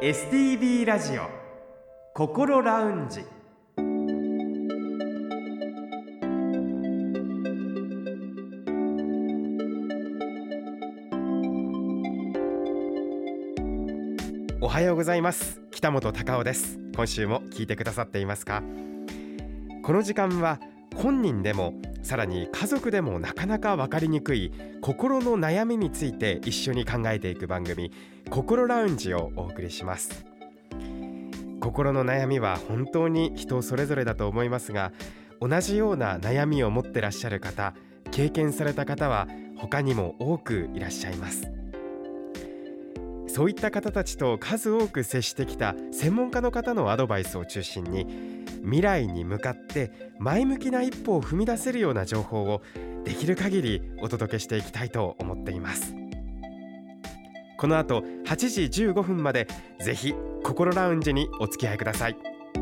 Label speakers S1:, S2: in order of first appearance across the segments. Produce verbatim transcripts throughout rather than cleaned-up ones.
S1: エスティービー ラジオ心ラウンジ。おはようございます。北本隆夫です。今週も聞いてくださっていますか？この時間は本人でもさらに家族でもなかなか分かりにくい心の悩みについて一緒に考えていく番組、心ラウンジをお送りします。心の悩みは本当に人それぞれだと思いますが、同じような悩みを持ってらっしゃる方、経験された方は他にも多くいらっしゃいます。そういった方たちと数多く接してきた専門家の方のアドバイスを中心に、未来に向かって前向きな一歩を踏み出せるような情報をできる限りお届けしていきたいと思っています。この後はちじじゅうごふんまでぜひ心ラウンジにお付き合いください。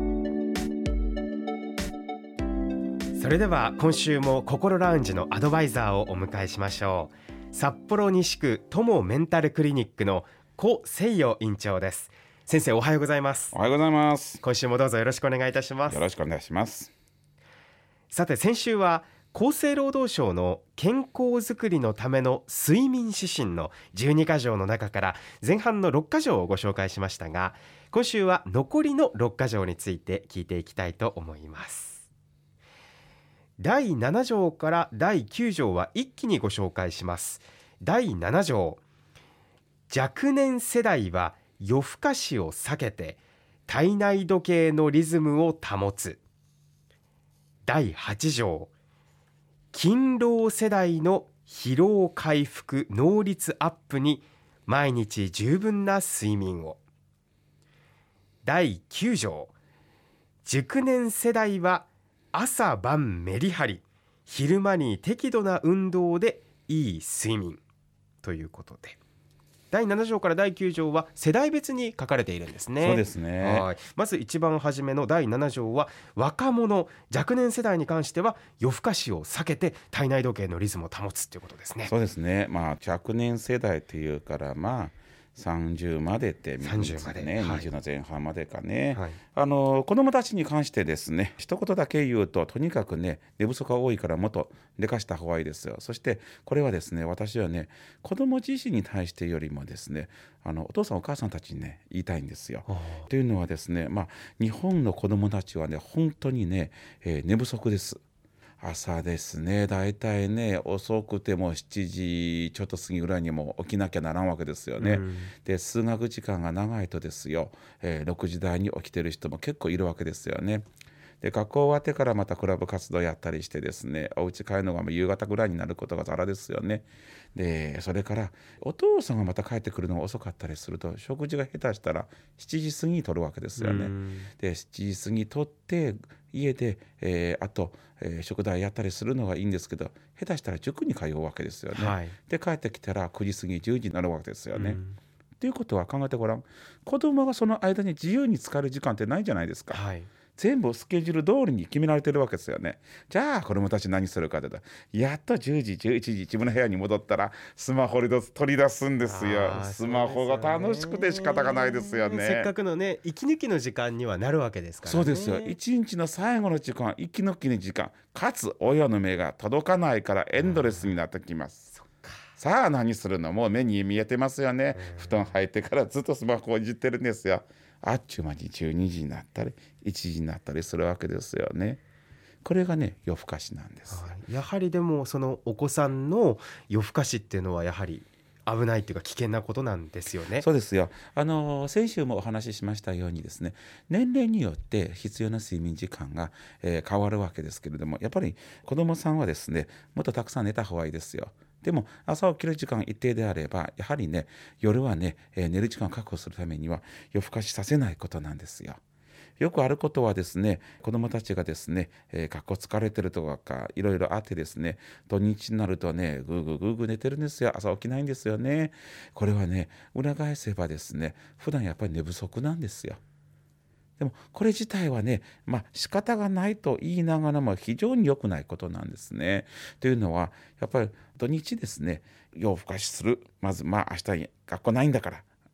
S1: それでは今週も心ラウンジのアドバイザーをお迎えしましょう。札幌西区友メンタルクリニックの古誠代院長です。先生、おはようございます。
S2: おはようございます。
S1: 今週もどうぞよろしくお願いいたします。
S2: よろしくお願いします。
S1: さて、先週は厚生労働省の健康づくりのための睡眠指針のじゅうにか条の中から前半のろっか条をご紹介しましたが、今週は残りのろっか条について聞いていきたいと思います。だいなな条からだいきゅう条は一気にご紹介します。だいなな条、若年世代は夜更かしを避けて体内時計のリズムを保つ。だいはち条、勤労世代の疲労回復能率アップに毎日十分な睡眠を。だいきゅう条、熟年世代は朝晩メリハリ、昼間に適度な運動でいい睡眠ということで、だいなな条からだいきゅう条は世代別に書かれているんですね。
S2: そうですね。
S1: はい、まず一番初めのだいなな条は若者若年世代に関しては夜更かしを避けて体内時計のリズムを保つということですね。
S2: そうですね、まあ、若年世代というからまあさんじゅうまでって
S1: さんじゅうまで、
S2: ね、
S1: はい、
S2: にじゅうの前半までかね、はい、
S1: あ
S2: の子どもたちに関してですね、一言だけ言うと、とにかくね、寝不足が多いからもっと寝かした方がいいですよ。そしてこれはですね、私はね、子ども自身に対してよりもですね、あのお父さんお母さんたちにね言いたいんですよ。というのはですね、まあ、日本の子どもたちはね本当にね、えー、寝不足です。朝ですね、だいたいね遅くてもしちじちょっと過ぎぐらいにも起きなきゃならんわけですよね。で、数学時間が長いとですよ、えー、ろくじ台に起きてる人も結構いるわけですよね。で、学校終わってからまたクラブ活動やったりしてですね、お家帰るのが夕方ぐらいになることがざらですよね。で、それからお父さんがまた帰ってくるのが遅かったりすると、食事が下手したらしちじ過ぎにとるわけですよね。で、しちじ過ぎとって家で、えー、あと、えー、食材やったりするのがいいんですけど、下手したら塾に通うわけですよね。はい、で、帰ってきたらくじ過ぎじゅうじになるわけですよね。ということは考えてごらん、子供がその間に自由に使える時間ってないじゃないですか。はい、全部スケジュール通りに決められてるわけですよね。じゃあ子どもたち何するかというと、やっとじゅうじじゅういちじ自分の部屋に戻ったらスマホで取り出すんですよ。スマホが楽しくて仕方がないですよね。
S1: せっかくのね息抜きの時間にはなるわけですからね。
S2: そうですよ。一日の最後の時間、息抜きの時間、かつ親の目が届かないからエンドレスになってきます。さあ何するの、もう目に見えてますよね。布団入ってからずっとスマホをいじってるんですよ。あっちゅう間にじゅうにじになったりいちじになったりするわけですよね。これがね夜更かしなんです。
S1: はい、やはりでもそのお子さんの夜更かしっていうのはやはり危ないっていうか危険なことなんですよね。
S2: そうですよ。あの先週もお話ししましたようにですね、年齢によって必要な睡眠時間が、えー、変わるわけですけれども、やっぱり子どもさんはですね、もっとたくさん寝た方がいいですよ。でも朝起きる時間一定であれば、やはりね夜はね、えー、寝る時間を確保するためには夜更かしさせないことなんですよ。よくあることはですね、子どもたちがですね、えー、学校疲れてるとかいろいろあってですね、土日になるとねぐーぐーぐーぐー寝てるんですよ。朝起きないんですよね。これはね裏返せばですね、普段やっぱり寝不足なんですよ。でもこれ自体はね、まあ仕方がないと言いながらも非常に良くないことなんですね。というのはやっぱり土日ですね、夜更かしする。まずまあ明日学校ないんだから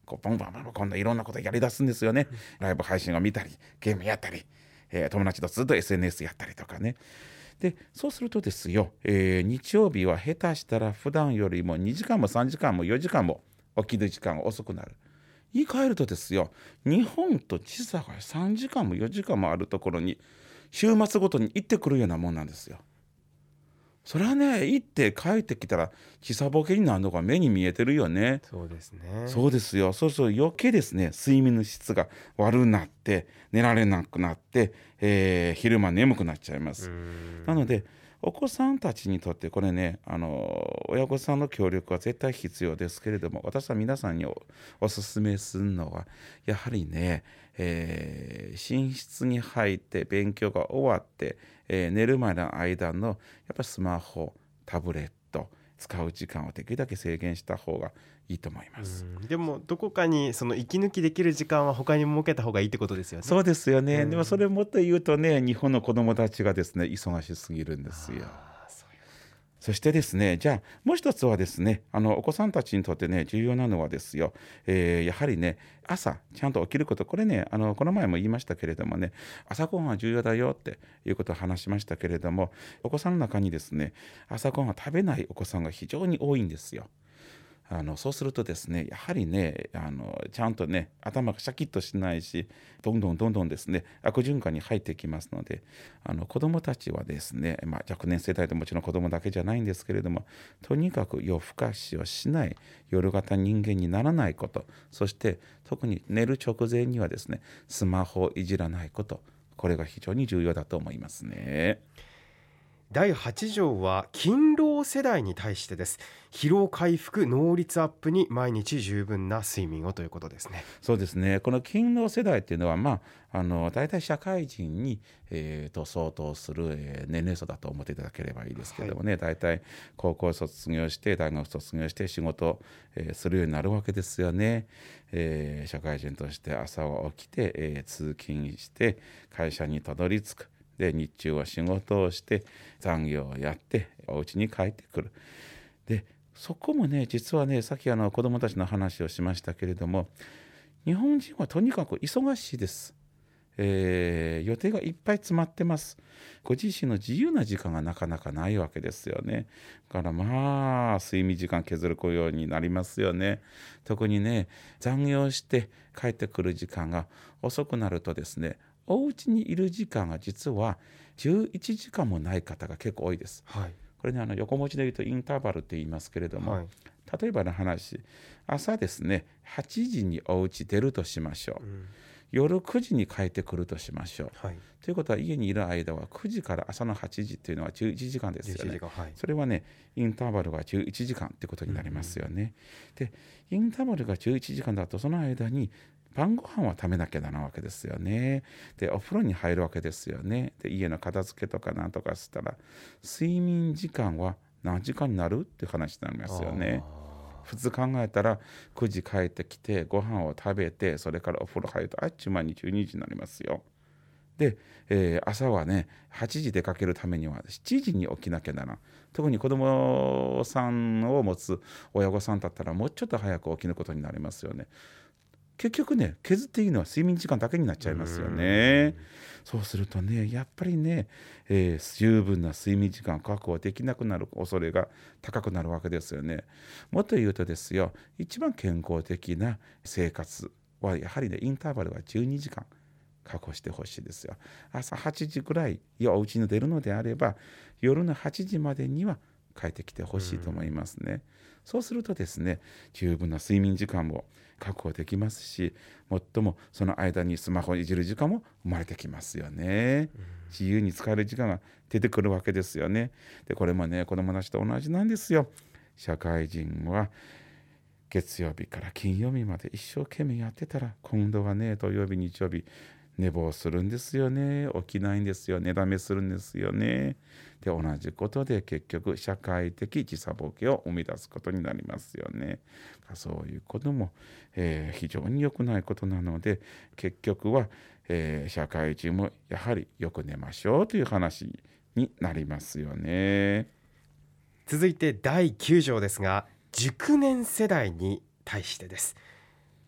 S2: こうボンボンボンボン今度いろんなことやりだすんですよね、うん、ライブ配信を見たりゲームやったり、えー、友達とずっと エスエヌエス やったりとかね。でそうするとですよ、えー、日曜日は下手したら普段よりもにじかんもさんじかんもよじかんも起きる時間が遅くなる。言い換えるとですよ、日本と時差がさんじかんもよじかんもあるところに週末ごとに行ってくるようなもんなんですよ。それはね、行って帰ってきたら時差ボケになるのが目に見えてるよね。
S1: そうですね。
S2: そうですよ。そうそう余計ですね、睡眠の質が悪くなって寝られなくなって、えー、昼間眠くなっちゃいます。なのでお子さんたちにとってこれね、あの親御さんの協力は絶対必要ですけれども、私は皆さんに お, おすすめするのはやはりね、えー、寝室に入って勉強が終わって、えー、寝るまでの間のやっぱりスマホタブレット使う時間をできるだけ制限した方がいいと思います。
S1: うん、でもどこかにその息抜きできる時間は他に設けた方がいいってことですよね。
S2: そうですよね、うん、でもそれもっと言うとね、日本の子どもたちがですね忙しすぎるんですよ。そしてですね、じゃあもう一つはですね、あのお子さんたちにとってね重要なのはですよ、えー、やはりね朝ちゃんと起きること、これねあのこの前も言いましたけれどもね、朝ごはんは重要だよっていうことを話しましたけれども、お子さんの中にですね朝ごはんを食べないお子さんが非常に多いんですよ。あのそうするとですね、やはりねあのちゃんとね頭がシャキッとしないし、どんどんどんどんですね悪循環に入ってきますので、あの子どもたちはですね、まあ、若年世代でもちろん子どもだけじゃないんですけれども、とにかく夜更かしをしない、夜型人間にならないこと、そして特に寝る直前にはですねスマホをいじらないこと、これが非常に重要だと思いますね。
S1: だいはち条は勤労世代に対してです。疲労回復、能率アップに毎日十分な睡眠をということですね。
S2: そうですね、この勤労世代っていうのは、まあ、あの大体社会人に、えー、と相当する、えー、年齢層だと思っていただければいいですけどもね、はい、大体高校卒業して大学卒業して仕事を、えー、するようになるわけですよね。えー、社会人として朝は起きて、えー、通勤して会社にたどり着く。で日中は仕事をして残業をやってお家に帰ってくる。でそこもね実はね、さっきあの子どもたちの話をしましたけれども、日本人はとにかく忙しいです。えー、予定がいっぱい詰まってます。ご自身の自由な時間がなかなかないわけですよね。だからまあ睡眠時間削るようになりますよね。特にね残業して帰ってくる時間が遅くなるとですね、お家にいる時間が実はじゅういちじかんもない方が結構多いです。
S1: はい、
S2: これねあの横文字で言うとインターバルって言いますけれども、はい、例えばの話、朝ですねはちじにお家出るとしましょう、うん、夜くじに帰ってくるとしましょう、はい、ということは家にいる間はくじから朝のはちじっていうのはじゅういちじかんですよね、はい、それはねインターバルがじゅういちじかんってことになりますよね、うん、でインターバルがじゅういちじかんだとその間に晩ご飯は食べなきゃならないわけですよね。でお風呂に入るわけですよね。で家の片付けとかなんとかしたら睡眠時間は何時間になるっていう話になりますよね。普通考えたらくじ帰ってきてご飯を食べてそれからお風呂入るとあっちゅう間にじゅうにじになりますよ。で、えー、朝はねはちじ出かけるためにはしちじに起きなきゃならん。特に子どもさんを持つ親御さんだったらもうちょっと早く起きることになりますよね。結局ね削っていいのは睡眠時間だけになっちゃいますよね。そうするとねやっぱりね、えー、十分な睡眠時間を確保できなくなる恐れが高くなるわけですよね。もっと言うとですよ、一番健康的な生活はやはりねインターバルはじゅうにじかん確保してほしいですよ。朝はちじぐらいお家に出るのであれば夜のはちじまでには帰ってきてほしいと思いますね。そうするとですね十分な睡眠時間も確保できますし、もっともその間にスマホをいじる時間も生まれてきますよね。自由に使える時間が出てくるわけですよね。でこれもね子どもたちと同じなんですよ。社会人は月曜日から金曜日まで一生懸命やってたら今度はね土曜日日曜日寝坊するんですよね。起きないんですよ。寝だめするんですよね。で同じことで結局社会的時差ボケを生み出すことになりますよね。そういうことも、えー、非常に良くないことなので結局は、えー、社会人もやはりよく寝ましょうという話になりますよね。
S1: 続いてだいきゅう条ですが、熟年世代に対してです。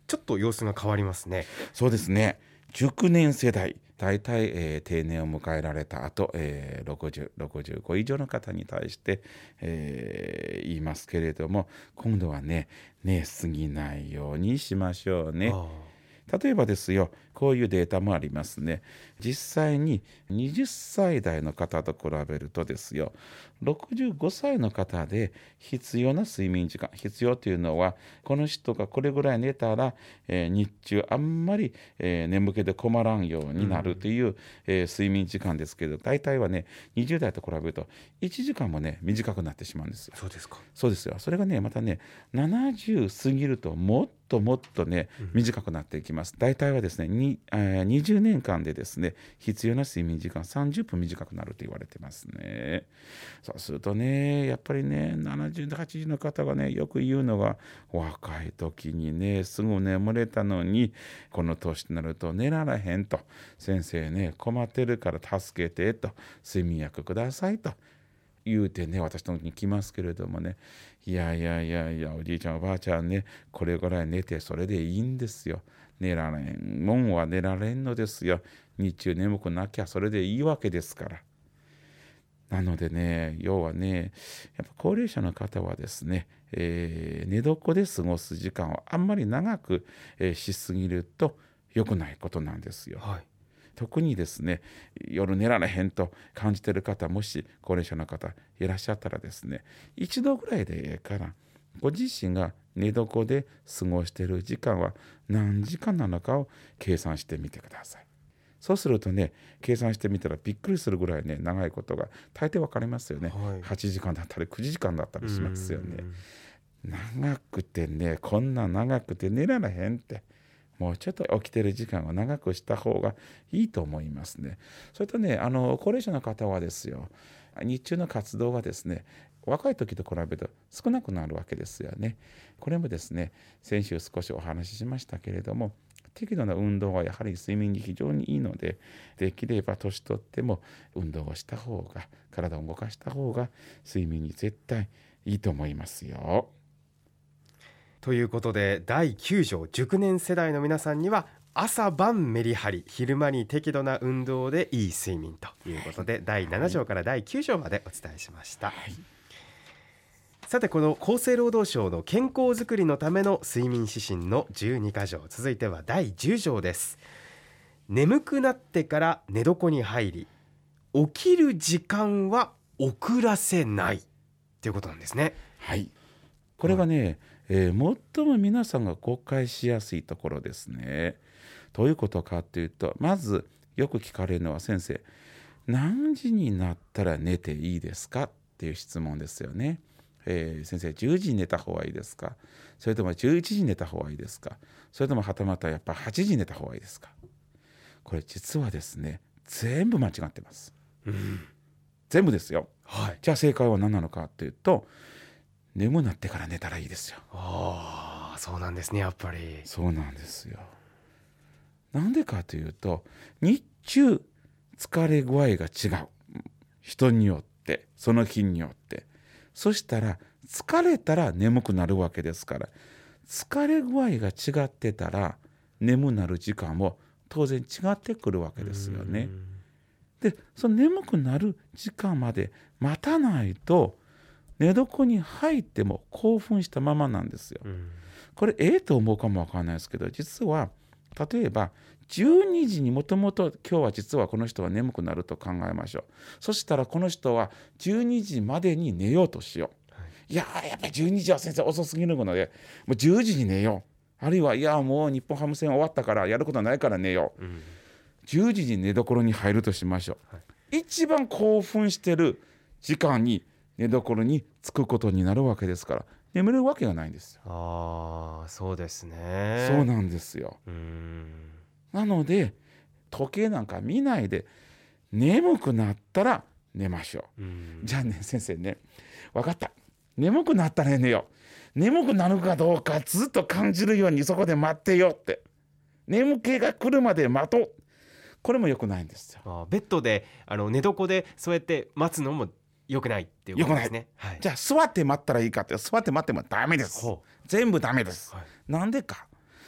S1: ちょっと様子が変わりますね。
S2: そうですね。熟年世代大体、えー、定年を迎えられた後、えー、ろくじゅう、ろくじゅうご以上の方に対して、えー、言いますけれども、今度はね寝すぎないようにしましょうね。例えばですよ、こういうデータもありますね。実際にはたち代の方と比べるとですよ、ろくじゅうごさいの方で必要な睡眠時間、必要というのはこの人がこれぐらい寝たら、えー、日中あんまり、えー、眠気で困らんようになるという、うんえー、睡眠時間ですけど、大体はねにじゅう代と比べるといちじかんもね短くなってしまうんですよ。
S1: そうですか。
S2: そうですよ。それがねまたねななじゅう過ぎるともっともっとね短くなっていきます。大体はですねに、えー、にじゅうねんかんでですね必要な睡眠時間さんじゅっぷん短くなると言われてますね。そうするとねやっぱりねななじゅう、はちじゅうの方がねよく言うのが、若い時にねすぐ眠れたのにこの年になると寝られへんと、先生ね困ってるから助けてと、睡眠薬くださいと言うてね私の時に来ますけれどもね、いやいやいやいやおじいちゃんおばあちゃんねこれぐらい寝てそれでいいんですよ。寝られんもんは寝られんのですよ。日中眠くなきゃそれでいいわけですから。なのでね要はねやっぱ高齢者の方はですね、えー、寝床で過ごす時間をあんまり長く、えー、しすぎると良くないことなんですよ。はい、特にですね夜寝られへんと感じている方、もし高齢者の方いらっしゃったらですね、一度ぐらいでええからご自身が寝床で過ごしている時間は何時間なのかを計算してみてください。そうするとね計算してみたらびっくりするぐらいね長いことが大抵わかりますよね。はい、はちじかんだったりくじかんだったりしますよね。長くてねこんな長くて寝られへんって、もうちょっと起きてる時間を長くした方がいいと思いますね。それとねあの高齢者の方はですよ、日中の活動がですね若い時と比べると少なくなるわけですよね。これもですね先週少しお話ししましたけれども、適度な運動はやはり睡眠に非常にいいので、できれば年取っても運動をした方が、体を動かした方が睡眠に絶対いいと思いますよ。
S1: ということでだいきゅう条、熟年世代の皆さんには朝晩メリハリ、昼間に適度な運動でいい睡眠ということで、はい、だいなな条からだいきゅう条までお伝えしました。はい、さてこの厚生労働省の健康づくりのための睡眠指針のじゅうにか条、続いてはだいじゅう条です。眠くなってから寝床に入り起きる時間は遅らせないということなんですね。
S2: はい、これがね、えー、最も皆さんが誤解しやすいところですね。どういうことかというと、まずよく聞かれるのは、先生何時になったら寝ていいですかっていう質問ですよね。えー、先生じゅうじに寝た方がいいですか、それともじゅういちじに寝た方がいいですか、それともはたまたやっぱはちじに寝た方がいいですか。これ実はですね全部間違ってます、うん、全部ですよ。はい、じゃあ正解は何なのかというと、眠くなってから寝たらいいですよ。
S1: ああ、そうなんですね。やっぱり
S2: そうなんですよ。なんでかというと、日中疲れ具合が違う、人によってその日によって。そしたら疲れたら眠くなるわけですから、疲れ具合が違ってたら眠くなる時間も当然違ってくるわけですよね。でその眠くなる時間まで待たないと寝床に入っても興奮したままなんですよ。これええと思うかもわからないですけど、実は例えばじゅうにじにもともと今日は実はこの人は眠くなると考えましょう。そしたらこの人はじゅうにじまでに寝ようとしよう。はい、いややっぱりじゅうにじは先生遅すぎるのでもうじゅうじに寝よう。あるいはいやもう日本ハム戦終わったからやることないから寝よう。うん、じゅうじに寝所に入るとしましょう。はい、一番興奮してる時間に寝所に着くことになるわけですから、眠れるわけがないんですよ。
S1: ああ、そうですね。
S2: そうなんですよ。うーん、なので時計なんか見ないで眠くなったら寝ましょう。うん、じゃあね先生ね、分かった、眠くなったら寝よう、眠くなるかどうかずっと感じるようにそこで待ってよって、眠気が来るまで待とう、これも良くないんですよ。
S1: あ、ベッドであの寝床でそうやって待つのも良くないっていうことですね。
S2: はい、じゃあ座って待ったらいいかって、座って待ってもダメです。全部ダメです。はい、なんでか、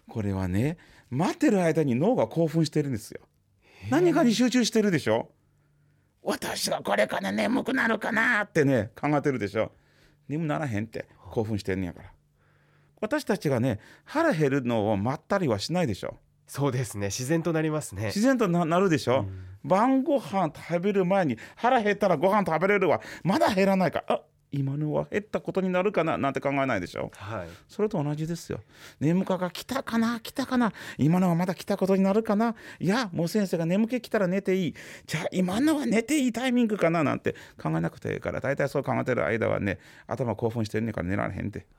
S2: これはね、待ってる間に脳が興奮してるんですよ。何かに集中してるでしょ。私がこれから眠くなるかなってね考えてるでしょ。眠ならへんって興奮してんねやから。私たちがね腹減るのを待ったりはしないでしょ。
S1: そうですね、自然となりますね。
S2: 自然と な, なるでしょ、うん、晩ご飯食べる前に腹減ったらご飯食べれるわ、まだ減らないか、あ、今のは減ったことになるかななんて考えないでしょ、
S1: はい、
S2: それと同じですよ。眠気が来たかな来たかな、今のはまだ来たことになるかな、いやもう先生が眠気来たら寝ていい、じゃあ今のは寝ていいタイミングかななんて考えなくていいから、だいたいそう考えてる間はね頭興奮してるねから寝られへんて。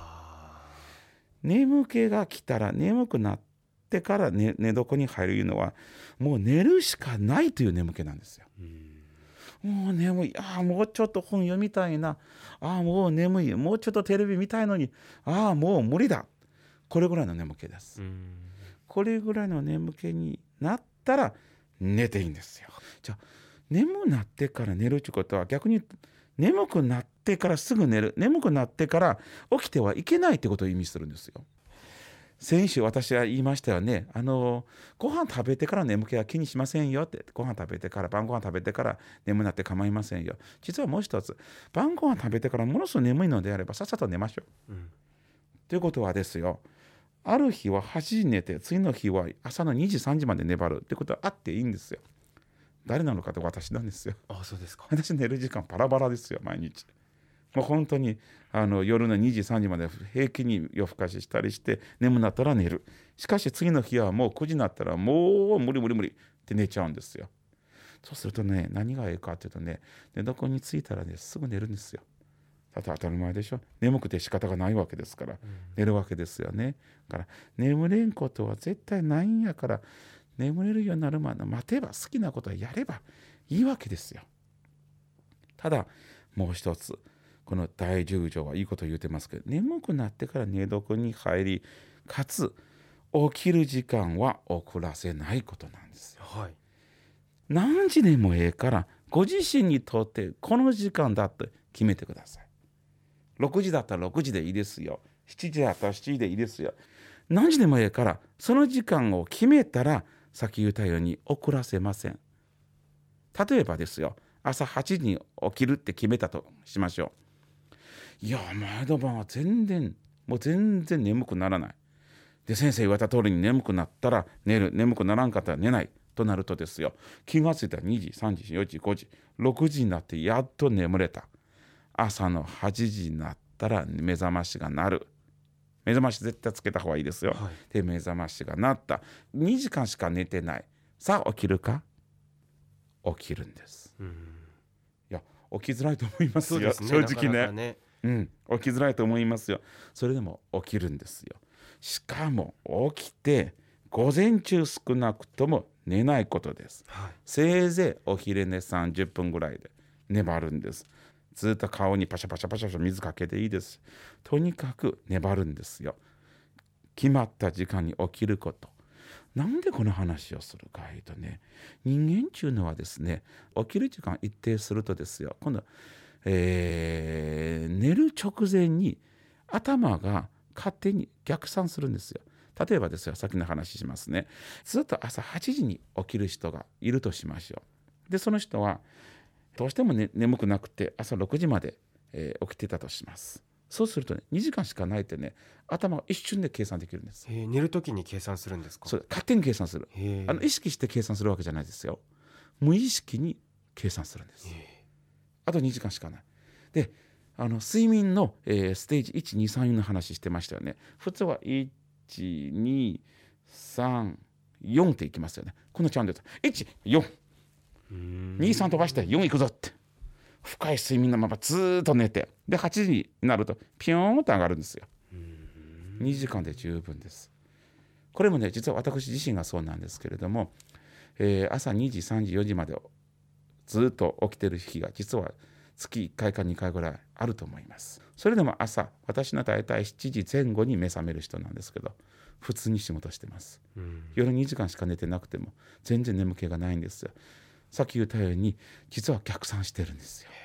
S2: 眠気が来たら眠くなってから 寝, 寝床に入るいうのはもう寝るしかないという眠気なんですよ。もう眠い、ああもうちょっと本読みたいな、ああもう眠い、もうちょっとテレビ見たいのに、ああもう無理だ、これぐらいの眠気です。これぐらいの眠気になったら寝ていいんですよ。じゃあ眠くなってから寝るということは逆に眠くなってからすぐ寝る、眠くなってから起きてはいけないってことを意味するんですよ。先週私は言いましたよね、あのご飯食べてから眠気は気にしませんよって。ご飯食べてから晩ご飯食べてから眠くなって構いませんよ。実はもう一つ、晩ご飯食べてからものすごい眠いのであればさっさと寝ましょう、うん、ということはですよ、ある日ははちじに寝て次の日は朝のにじさんじまで粘るってことはあっていいんですよ。誰なのかって私なんですよ。
S1: あ、そうですか。
S2: 私寝る時間バラバラですよ、毎日。もう本当にあの夜のにじさんじまで平気に夜更かししたりして眠くなったら寝る。しかし次の日はもうくじになったらもう無理無理無理って寝ちゃうんですよ。そうするとね、何がいいかっていうとね、寝床に着いたらねすぐ寝るんですよ。だって当たり前でしょ。眠くて仕方がないわけですから、うん、寝るわけですよね。だから眠れんことは絶対ないんやから、眠れるようになるまで待てば好きなことをやればいいわけですよ。ただもう一つ、このだいじゅう条はいいことを言ってますけど、眠くなってから寝床に入りかつ起きる時間は遅らせないことなんですよ、はい、何時でもええからご自身にとってこの時間だと決めてください。ろくじだったらろくじでいいですよ、しちじだったらしちじでいいですよ。何時でもええからその時間を決めたらさっき言ったように遅らせません。例えばですよ、朝はちじに起きるって決めたとしましょう。いや前の晩は全然もう全然眠くならない。で先生言われた通りに眠くなったら寝る、眠くならんかったら寝ないとなるとですよ、気がついたらにじさんじよじごじろくじになってやっと眠れた。朝のはちじになったら目覚ましが鳴る。目覚まし絶対つけた方がいいですよ、はい、で目覚ましが鳴った。にじかんしか寝てない。さあ起きるか。起きるんです。うん、いや起きづらいと思いますよ、すね、正直 ね, なかなかね、うん、起きづらいと思いますよ。それでも起きるんですよ。しかも起きて午前中少なくとも寝ないことです、はい、せいぜいお昼寝さんじゅっぷんぐらいで粘るんです。ずっと顔にパシャパシャパシャパシャ水かけていいです。とにかく粘るんですよ。決まった時間に起きること。なんでこの話をするかというとね、人間っていうのはですね、起きる時間一定するとですよ、今度、えー、寝る直前に頭が勝手に逆算するんですよ。例えばですよ、さっきの話しますね。ずっと朝はちじに起きる人がいるとしましょう。でその人はどうしても、ね、眠くなくて朝ろくじまで、えー、起きてたとします。そうするとね、にじかんしかないってね、頭が一瞬で計算できるんです。
S1: へ、寝るときに計算するんですか。
S2: そう、勝手に計算する。あの意識して計算するわけじゃないですよ。無意識に計算するんです。あとにじかんしかない。であの睡眠の、えー、ステージいち、に、さんの話してましたよね。普通はいち、に、さん、よんっていきますよね。このチャンネルいち、よん、に、さん飛ばしてよんいくぞって深い睡眠のままずっと寝て、ではちじになるとピヨーンと上がるんですよ。にじかんで十分です。これもね、実は私自身がそうなんですけれども、えー、朝にじさんじよじまでずっと起きてる日が実は月いっかいかにかいぐらいあると思います。それでも朝、私の大体しちじぜん後に目覚める人なんですけど、普通に仕事してます、うん、夜にじかんしか寝てなくても全然眠気がないんですよ。さっき言ったように実は逆算してるんですよ。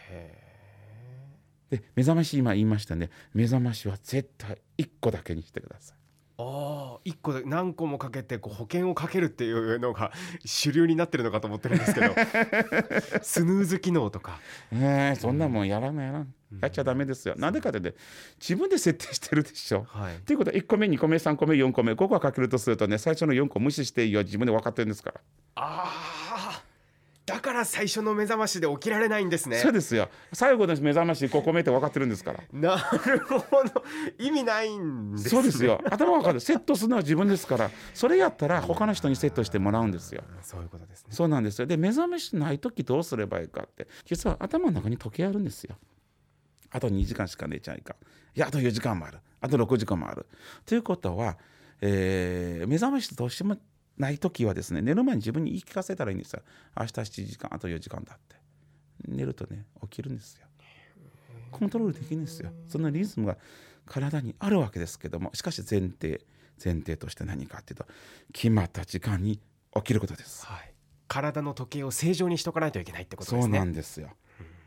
S2: で目覚まし、今言いましたね、目覚ましは絶対いっこだけにしてください。
S1: ああ、いっこで何個もかけてこう保険をかけるっていうのが主流になってるのかと思ってるんですけどスヌーズ機能とか、
S2: えー、そんなもんやらないやらん、
S1: うん、
S2: やっちゃダメですよ。なんでかってね、自分で設定してるでしょ。
S1: はい、
S2: ということはいっこめにこめさんこめよんこめここはかけるとするとね、最初のよんこ無視していいよ、自分で分かってるんですから。
S1: ああ、だから最初の目覚ましで起きられないんですね。
S2: そうですよ。最後の目覚ましここめって分かってるんですから。
S1: なるほど、意味ないんですね。
S2: そうですよ。頭分かる。セットするのは自分ですから、それやったら他の人にセットしてもらうんですよ。
S1: そういうことですね。
S2: そうなんですよ。で、目覚ましない時どうすればいいかって、実は頭の中に時計あるんですよ。あとにじかんしか寝ちゃいかん、いやあとよじかんもある、あとろくじかんもあるということは、えー、目覚ましどうしてもない時はですね、寝る前に自分に言い聞かせたらいいんですよ。明日しちじかん、あとよじかんだって。寝るとね、起きるんですよ。コントロールできるんですよ。そのリズムが体にあるわけですけども、しかし前提前提として何かっていうと、決まった時間に起きることです、
S1: はい、体の時計を正常にしとかないといけないってことですね。
S2: そうなんですよ。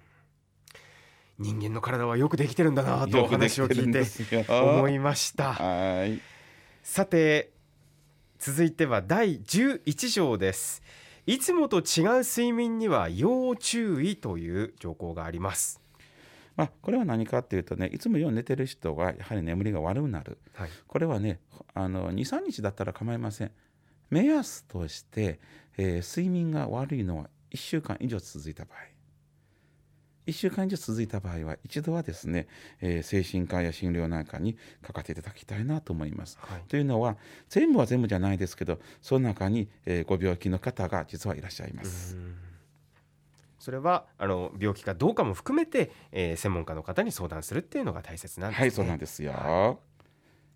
S1: 人間の体はよくできてるんだなとお話を聞いて思いました。
S2: はい。
S1: さて続いてはだいじゅういち条です。いつもと違う睡眠には要注意という条項があります。
S2: まあ、これは何かっていうとね、いつもよう寝てる人がやはり眠りが悪くなる、はい、これはね、あの にさんにちだったら構いません。目安として、えー、睡眠が悪いのはいっしゅうかん以上続いた場合、いっしゅうかん以上続いた場合は一度はですね、えー、精神科や心療内科にかかっていただきたいなと思います、はい、というのは全部は全部じゃないですけど、その中に、えー、ご病気の方が実はいらっしゃいます。
S1: うん、それはあの病気かどうかも含めて、えー、専門家の方に相談するっていうのが大切なんですね。
S2: はい、そうなんですよ、
S1: はい、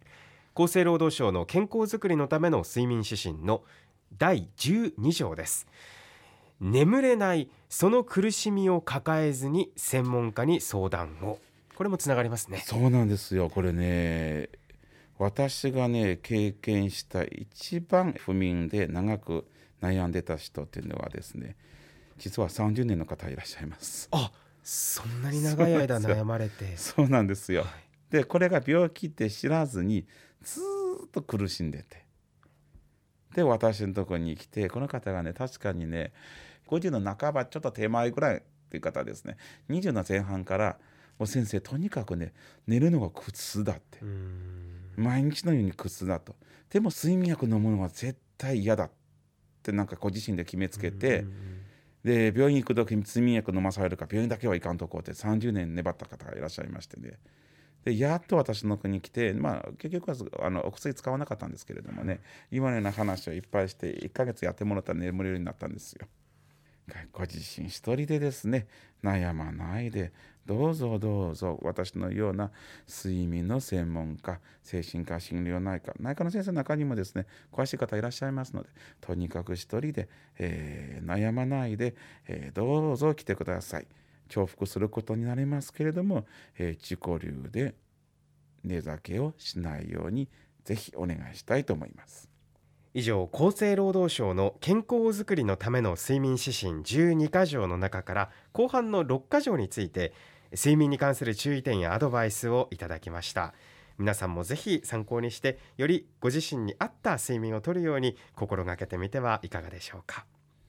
S1: 厚生労働省の健康づくりのための睡眠指針のだいじゅうに条です。眠れない、その苦しみを抱えずに専門家に相談を。これもつながりますね。
S2: そうなんですよ。これね、私がね経験した一番不眠で長く悩んでた人っていうのはですね、実はさんじゅうねんの方いらっしゃいます。
S1: あ、そんなに長い間悩まれて。
S2: そうなんですよ、はい、でこれが病気って知らずにずっと苦しんでて、で私のところに来て、この方がね確かにねごじゅうの半ばちょっと手前ぐらいっていう方ですね、にじゅうの前半からもう先生とにかくね寝るのが苦痛だって、うーん、毎日のように苦痛だと、でも睡眠薬飲むのは絶対嫌だってなんかご自身で決めつけて、で病院行く時に睡眠薬飲まされるから病院だけは行かんとこうってさんじゅうねん粘った方がいらっしゃいましてね、でやっと私の国に来て、まあ、結局はあのお薬使わなかったんですけれどもね、今のような話をいっぱいしていっかげつやってもらったら眠れるようになったんですよ。ご自身一人でですね悩まないで、どうぞどうぞ私のような睡眠の専門家、精神科、心療内科、内科の先生の中にもですね詳しい方いらっしゃいますので、とにかく一人で、えー、悩まないで、えー、どうぞ来てください。重複することになりますけれども、えー、自己流で寝酒をしないようにぜひお願いしたいと思います。
S1: 以上、厚生労働省の健康づくりのための睡眠指針じゅうにか条の中から後半のろっか条について睡眠に関する注意点やアドバイスをいただきました。皆さんもぜひ参考にしてよりご自身に合った睡眠をとるように心がけてみてはいかがでしょうか。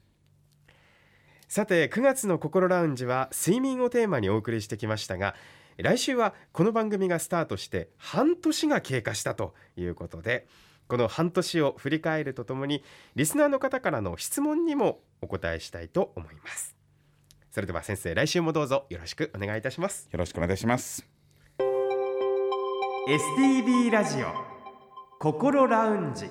S1: さて、くがつの心ラウンジは睡眠をテーマにお送りしてきましたが、来週はこの番組がスタートして半年が経過したということで、この半年を振り返るとともにリスナーの方からの質問にもお答えしたいと思います。それでは先生、来週もどうぞよろしくお願いいたします。
S2: よろしくお願いします。
S1: エスティービー ラジオ心ラウンジ。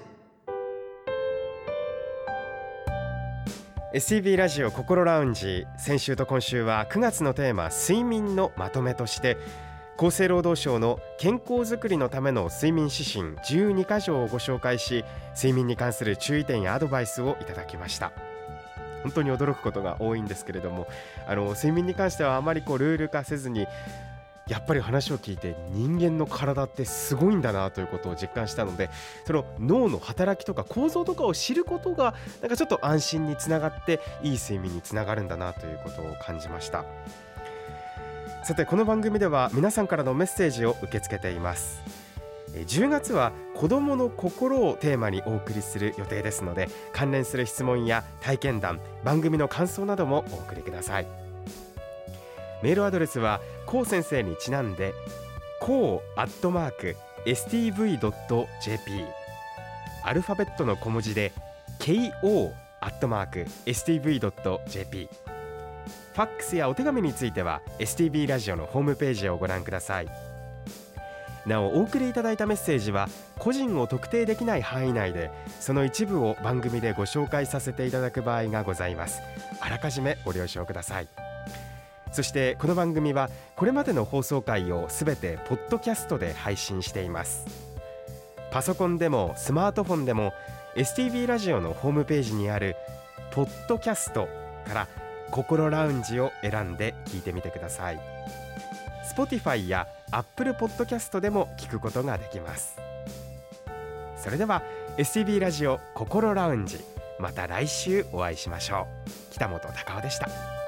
S1: エスティービー ラジオ心ラウンジ、先週と今週はくがつのテーマ睡眠のまとめとして厚生労働省の健康づくりのための睡眠指針じゅうにか条をご紹介し、睡眠に関する注意点やアドバイスをいただきました。本当に驚くことが多いんですけれども、あの睡眠に関してはあまりこうルール化せずに、やっぱり話を聞いて人間の体ってすごいんだなということを実感したので、その脳の働きとか構造とかを知ることがなんかちょっと安心につながっていい睡眠につながるんだなということを感じました。さて、この番組では皆さんからのメッセージを受け付けています。 じゅうがつは子どもの心をテーマにお送りする予定ですので、関連する質問や体験談、番組の感想などもお送りください。メールアドレスはこう先生にちなんでこうアットマーク エスティーブイドットジェーピー、 アルファベットの小文字で ケーオー アットマーク エスティーブイドットジェーピー。 ファックスやお手紙については エスティービー ラジオのホームページをご覧ください。なお、お送りいただいたメッセージは個人を特定できない範囲内で、その一部を番組でご紹介させていただく場合がございます。あらかじめご了承ください。そしてこの番組はこれまでの放送回をすべてポッドキャストで配信しています。パソコンでもスマートフォンでも エスティービー ラジオのホームページにあるポッドキャストから心ラウンジを選んで聞いてみてください。 Spotify や Apple Podcast でも聞くことができます。それでは エスティービー ラジオ心ラウンジ、また来週お会いしましょう。北本隆夫でした。